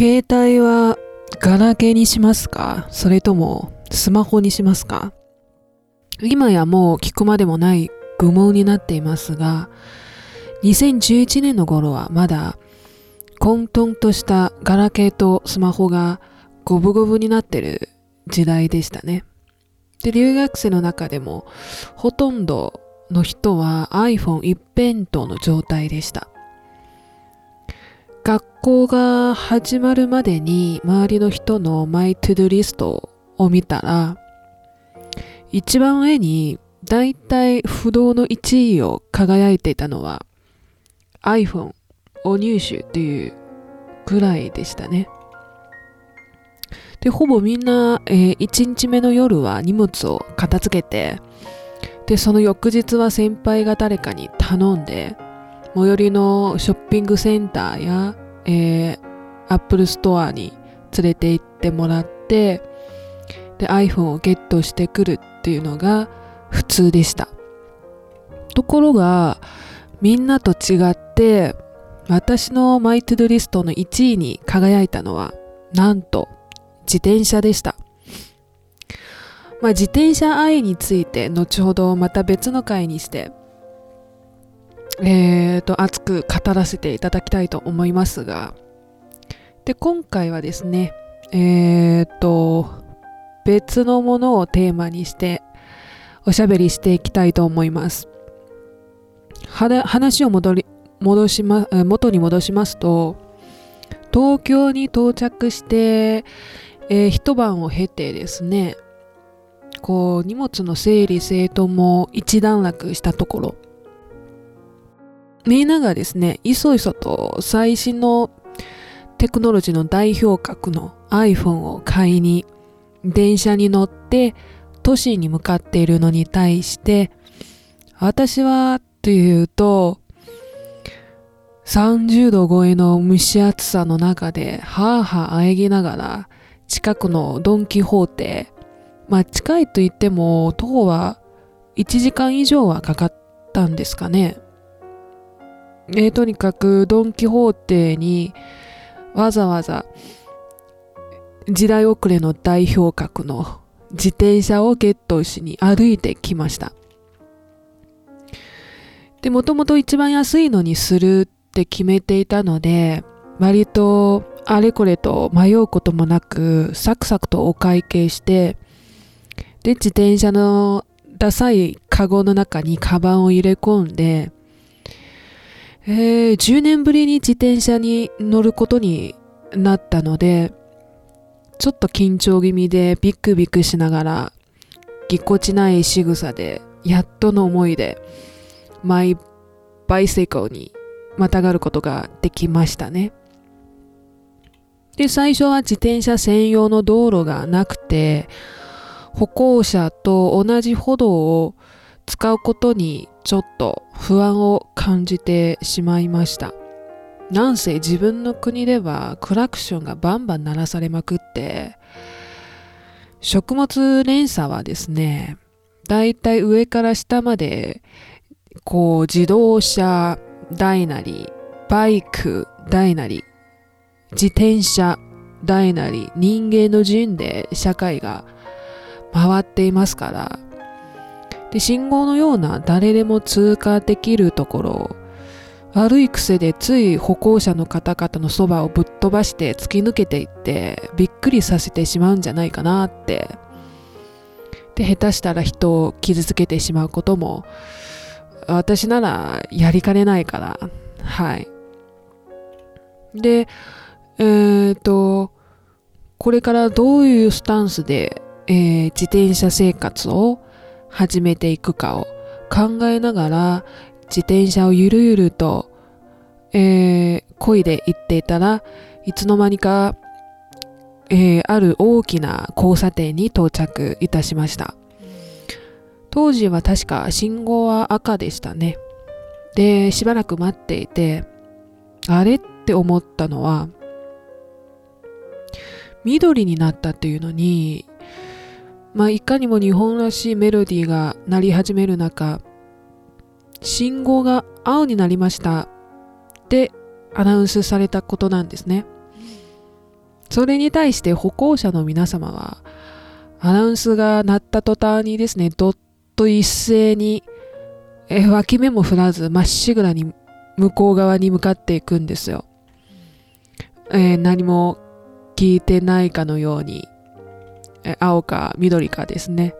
携帯はガラケーにしますか？それともスマホにしますか？今やもう聞くまでもない愚問になっていますが、2011年の頃はまだ混沌としたガラケーとスマホが五分五分になってる時代でしたね。で、留学生の中でもほとんどの人は iPhone 一辺倒の状態でした。学校が始まるまでに周りの人のマイトゥドゥリストを見たら、一番上にだいたい不動の1位を輝いていたのは iPhone を入手というぐらいでしたね。で、ほぼみんな、1日目の夜は荷物を片付けて、で、その翌日は先輩が誰かに頼んで、最寄りのショッピングセンターや、アップルストアに連れて行ってもらって、で、iPhone をゲットしてくるっていうのが普通でした。ところが、みんなと違って、私のマイトゥドゥリストの1位に輝いたのは、なんと、自転車でした。自転車愛について後ほどまた別の回にして熱く語らせていただきたいと思いますが、で今回はですね別のものをテーマにしておしゃべりしていきたいと思います。話を元に戻しますと、東京に到着して一晩を経てですね、こう荷物の整理整頓も一段落したところ、みんながですね、いそいそと最新のテクノロジーの代表格の iPhone を買いに電車に乗って都市に向かっているのに対して、私はというと30度超えの蒸し暑さの中ではぁはぁあえぎながら近くのドンキホーテ、近いと言っても徒歩は1時間以上はかかったんですかね。とにかくドンキホーテにわざわざ時代遅れの代表格の自転車をゲットしに歩いてきました。で、もともと一番安いのにするって決めていたので、割とあれこれと迷うこともなくサクサクとお会計して、で自転車のダサいカゴの中にカバンを入れ込んで、10年ぶりに自転車に乗ることになったので、ちょっと緊張気味でビクビクしながらぎこちない仕草でやっとの思いでマイバイセイコーにまたがることができましたね。で、最初は自転車専用の道路がなくて、歩行者と同じ歩道を使うことにちょっと不安を感じてしまいました。なんせ自分の国ではクラクションがバンバン鳴らされまくって、食物連鎖はですね、だいたい上から下までこう自動車大なり、バイク大なり、自転車大なり、人間の順で社会が回っていますから、で信号のような誰でも通過できるところを悪い癖でつい歩行者の方々のそばをぶっ飛ばして突き抜けていってびっくりさせてしまうんじゃないかなって。で、下手したら人を傷つけてしまうことも私ならやりかねないから、はい。で、これからどういうスタンスで、自転車生活を始めていくかを考えながら自転車をゆるゆると、漕いで行っていたらいつの間にか、ある大きな交差点に到着いたしました。当時は確か信号は赤でしたね。で、しばらく待っていて、あれって思ったのは、緑になったというのに、いかにも日本らしいメロディーが鳴り始める中、信号が青になりましたってアナウンスされたことなんですね。 それに対して歩行者の皆様は、アナウンスが鳴った途端にですね、どっと一斉に、脇目も振らずまっしぐらに向こう側に向かっていくんですよ。何も聞いてないかのように、青か緑かですね。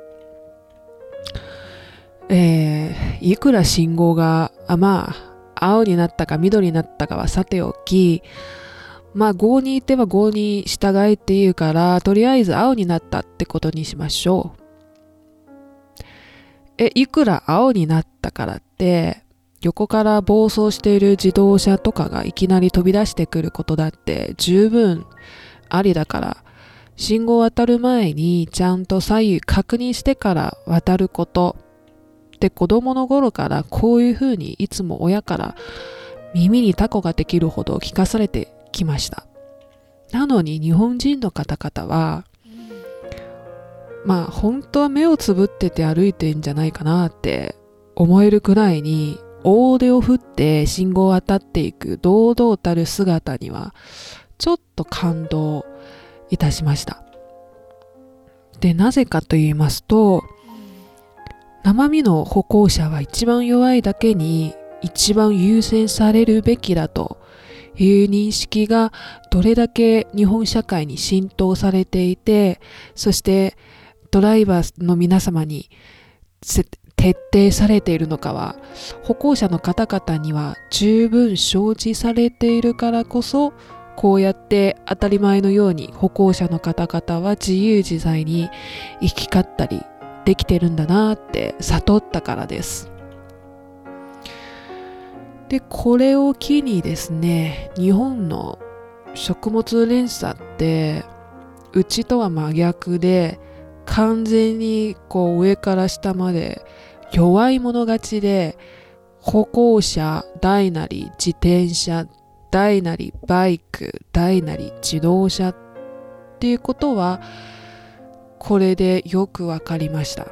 いくら信号が、青になったか緑になったかはさておき、郷に行っては郷に従えっていうから、とりあえず青になったってことにしましょう。いくら青になったからって、横から暴走している自動車とかがいきなり飛び出してくることだって十分ありだから、信号を渡る前にちゃんと左右確認してから渡ることって子供の頃からこういうふうにいつも親から耳にタコができるほど聞かされてきました。なのに日本人の方々は本当は目をつぶってて歩いてんじゃないかなって思えるくらいに大手を振って信号を渡っていく堂々たる姿にはちょっと感動いたしました。で、なぜかと言いますと、生身の歩行者は一番弱いだけに一番優先されるべきだという認識がどれだけ日本社会に浸透されていて、そしてドライバーの皆様に徹底されているのかは歩行者の方々には十分承知されているからこそ、こうやって当たり前のように歩行者の方々は自由自在に行き交ったりできてるんだなって悟ったからです。で、これを機にですね、日本の食物連鎖ってうちとは真逆で、完全に上から下まで弱い者勝ちで、歩行者大なり自転車大なりバイク大なり自動車っていうことはこれでよくわかりました。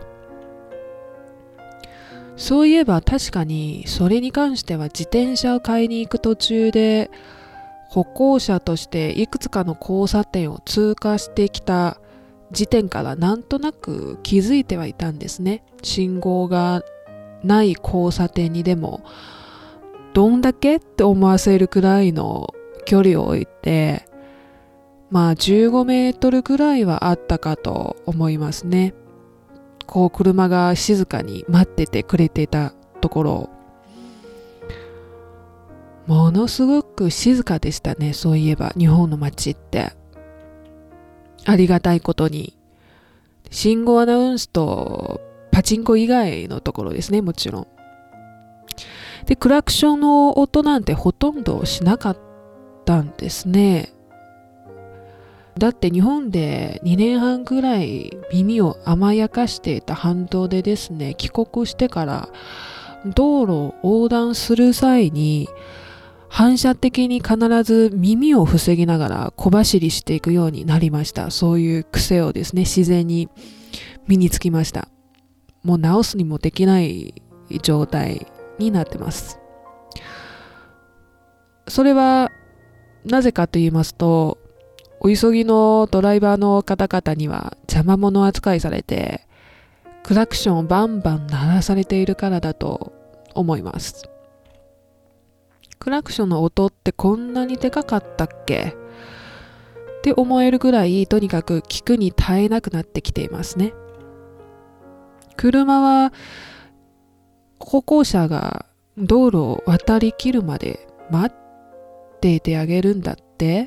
そういえば確かにそれに関しては自転車を買いに行く途中で歩行者としていくつかの交差点を通過してきた時点からなんとなく気づいてはいたんですね。信号がない交差点にでもどんだけって思わせるくらいの距離を置いて、15メートルくらいはあったかと思いますね。車が静かに待っててくれていたところ、ものすごく静かでしたね。そういえば日本の街ってありがたいことに信号アナウンスとパチンコ以外のところですね、もちろん。で、クラクションの音なんてほとんどしなかったんですね。だって日本で2年半ぐらい耳を甘やかしていた反動でですね、帰国してから道路を横断する際に反射的に必ず耳を防ぎながら小走りしていくようになりました。そういう癖をですね、自然に身につきました。もう直すにもできない状態になってます。それはなぜかと言いますと、お急ぎのドライバーの方々には邪魔者扱いされて、クラクションをバンバン鳴らされているからだと思います。クラクションの音ってこんなにでかかったっけって思えるぐらい、とにかく聞くに耐えなくなってきていますね。車は歩行者が道路を渡りきるまで待っていてあげるんだって？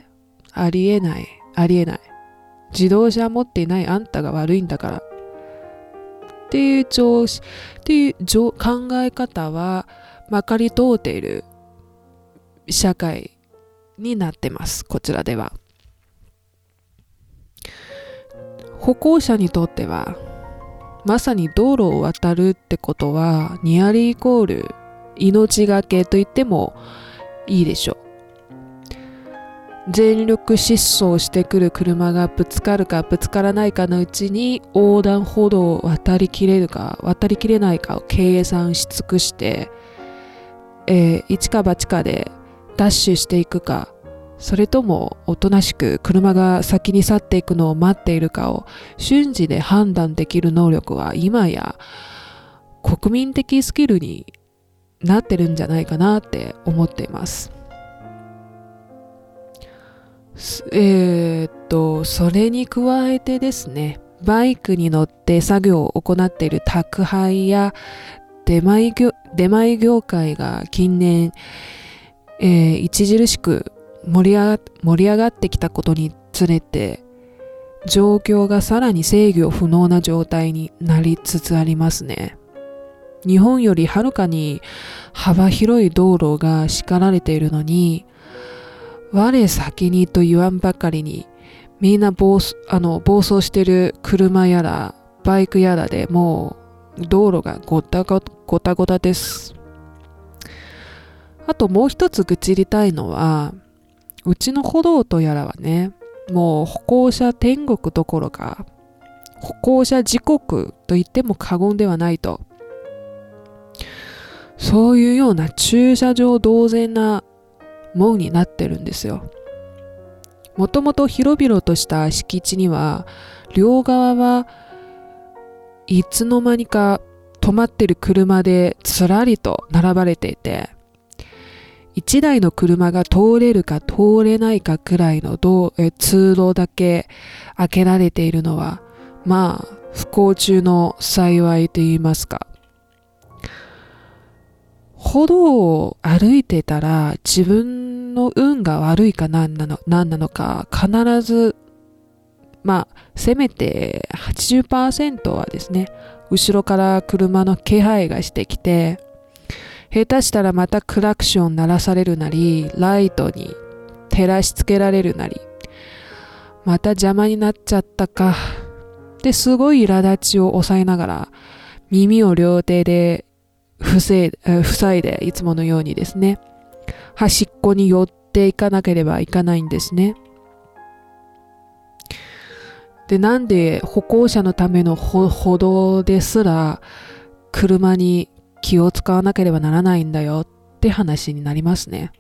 ありえない、ありえない。自動車持っていないあんたが悪いんだからっていう考え方はまかり通っている社会になってます。こちらでは歩行者にとってはまさに道路を渡るってことはニアリーイコール命がけと言ってもいいでしょう。全力疾走してくる車がぶつかるかぶつからないかのうちに横断歩道を渡りきれるか渡りきれないかを計算し尽くして、一か八かでダッシュしていくか、 それともおとなしく車が先に去っていくのを待っているかを瞬時で判断できる能力は今や国民的スキルになってるんじゃないかなって思っています。それに加えてですね、バイクに乗って作業を行っている宅配や出前業界が近年、著しく盛り上がってきたことにつれて、状況がさらに制御不能な状態になりつつありますね。日本よりはるかに幅広い道路が敷られているのに、我先にと言わんばかりに、みんな暴走している車やらバイクやらでもう道路がごたごたです。あともう一つ愚痴りたいのは、うちの歩道とやらはね、もう歩行者天国どころか歩行者時刻と言っても過言ではないと、そういうような駐車場同然なもんになってるんですよ。もともと広々とした敷地には両側はいつの間にか止まってる車でつらりと並ばれていて、一台の車が通れるか通れないかくらいの通路だけ開けられているのは、まあ不幸中の幸いと言いますか。歩道を歩いてたら自分の運が悪いか何なのか、必ずせめて 80% はですね、後ろから車の気配がしてきて、下手したらまたクラクション鳴らされるなり、ライトに照らしつけられるなり、また邪魔になっちゃったかですごい苛立ちを抑えながら、耳を両手で塞いでいつものようにですね、端っこに寄っていかなければいかないんですね。で、なんで歩行者のための歩道ですら車に気を使わなければならないんだよって話になりますね。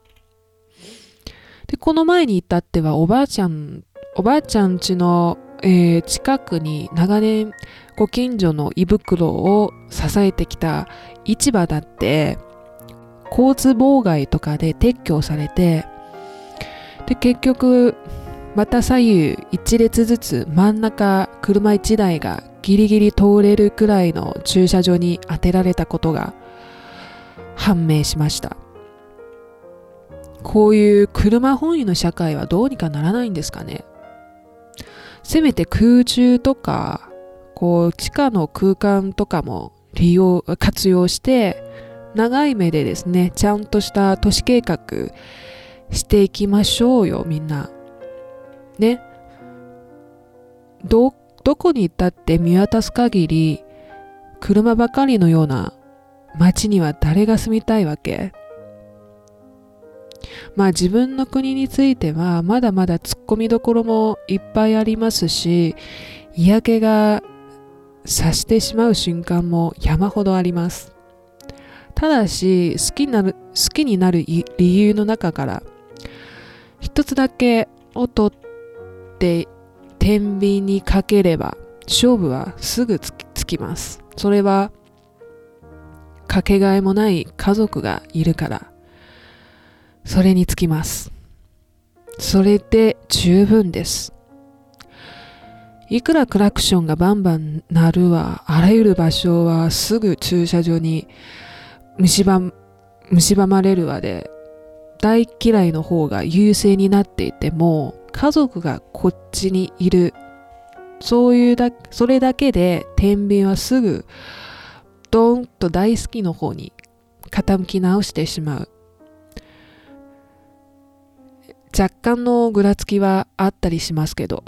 で、この前に至ってはおばあちゃん家の、近くに長年ご近所の胃袋を支えてきた市場だって交通妨害とかで撤去されて、で結局また左右一列ずつ真ん中車1台がギリギリ通れるくらいの駐車場に当てられたことが判明しました。こういう車本位の社会はどうにかならないんですかね。せめて空中とか地下の空間とかも活用して長い目でですね、ちゃんとした都市計画していきましょうよ、みんなね。どこに行ったって見渡す限り車ばかりのような街には誰が住みたいわけ。自分の国についてはまだまだ突っ込みどころもいっぱいありますし、嫌気がさしてしまう瞬間も山ほどあります。ただし好きになる理由の中から一つだけを取って天秤にかければ勝負はすぐつきます。それはかけがえもない家族がいるから、それにつきます。それで十分です。いくらクラクションがバンバン鳴るわ、あらゆる場所はすぐ駐車場に蝕まれるわで、大嫌いの方が優勢になっていても家族がこっちにいる、それだけで天秤はすぐドーンと大好きの方に傾き直してしまう。若干のぐらつきはあったりしますけど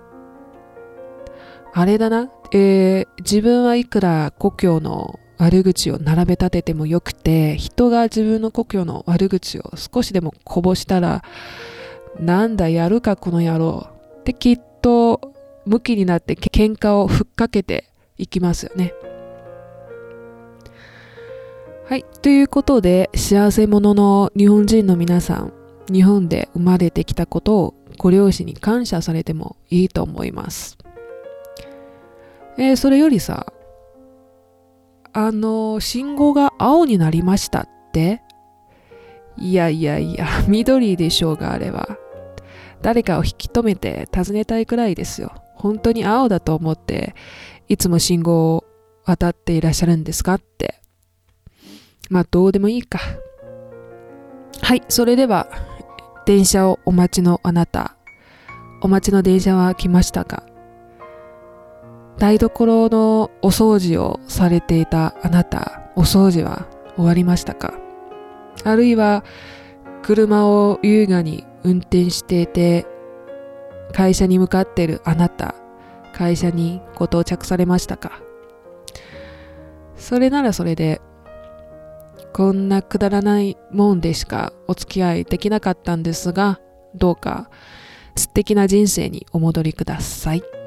あれだな、自分はいくら故郷の悪口を並べ立ててもよくて、人が自分の故郷の悪口を少しでもこぼしたら、なんだやるかこの野郎ってきっとムキになって喧嘩をふっかけていきますよね。はい、ということで幸せ者の日本人の皆さん、 日本で生まれてきたことをご両親に感謝されてもいいと思います。それよりさ、信号が青になりましたって、いや、緑でしょうがあれば、誰かを引き止めて尋ねたいくらいですよ。本当に青だと思っていつも信号を渡っていらっしゃるんですかって。まあどうでもいいか。はい、それでは電車をお待ちのあなた、お待ちの電車は来ましたか？台所のお掃除をされていたあなた、お掃除は終わりましたか？あるいは車を優雅に運転していて会社に向かっているあなた、会社にご到着されましたか？それならそれで、こんなくだらないもんでしかお付き合いできなかったんですが、どうか素敵な人生にお戻りください。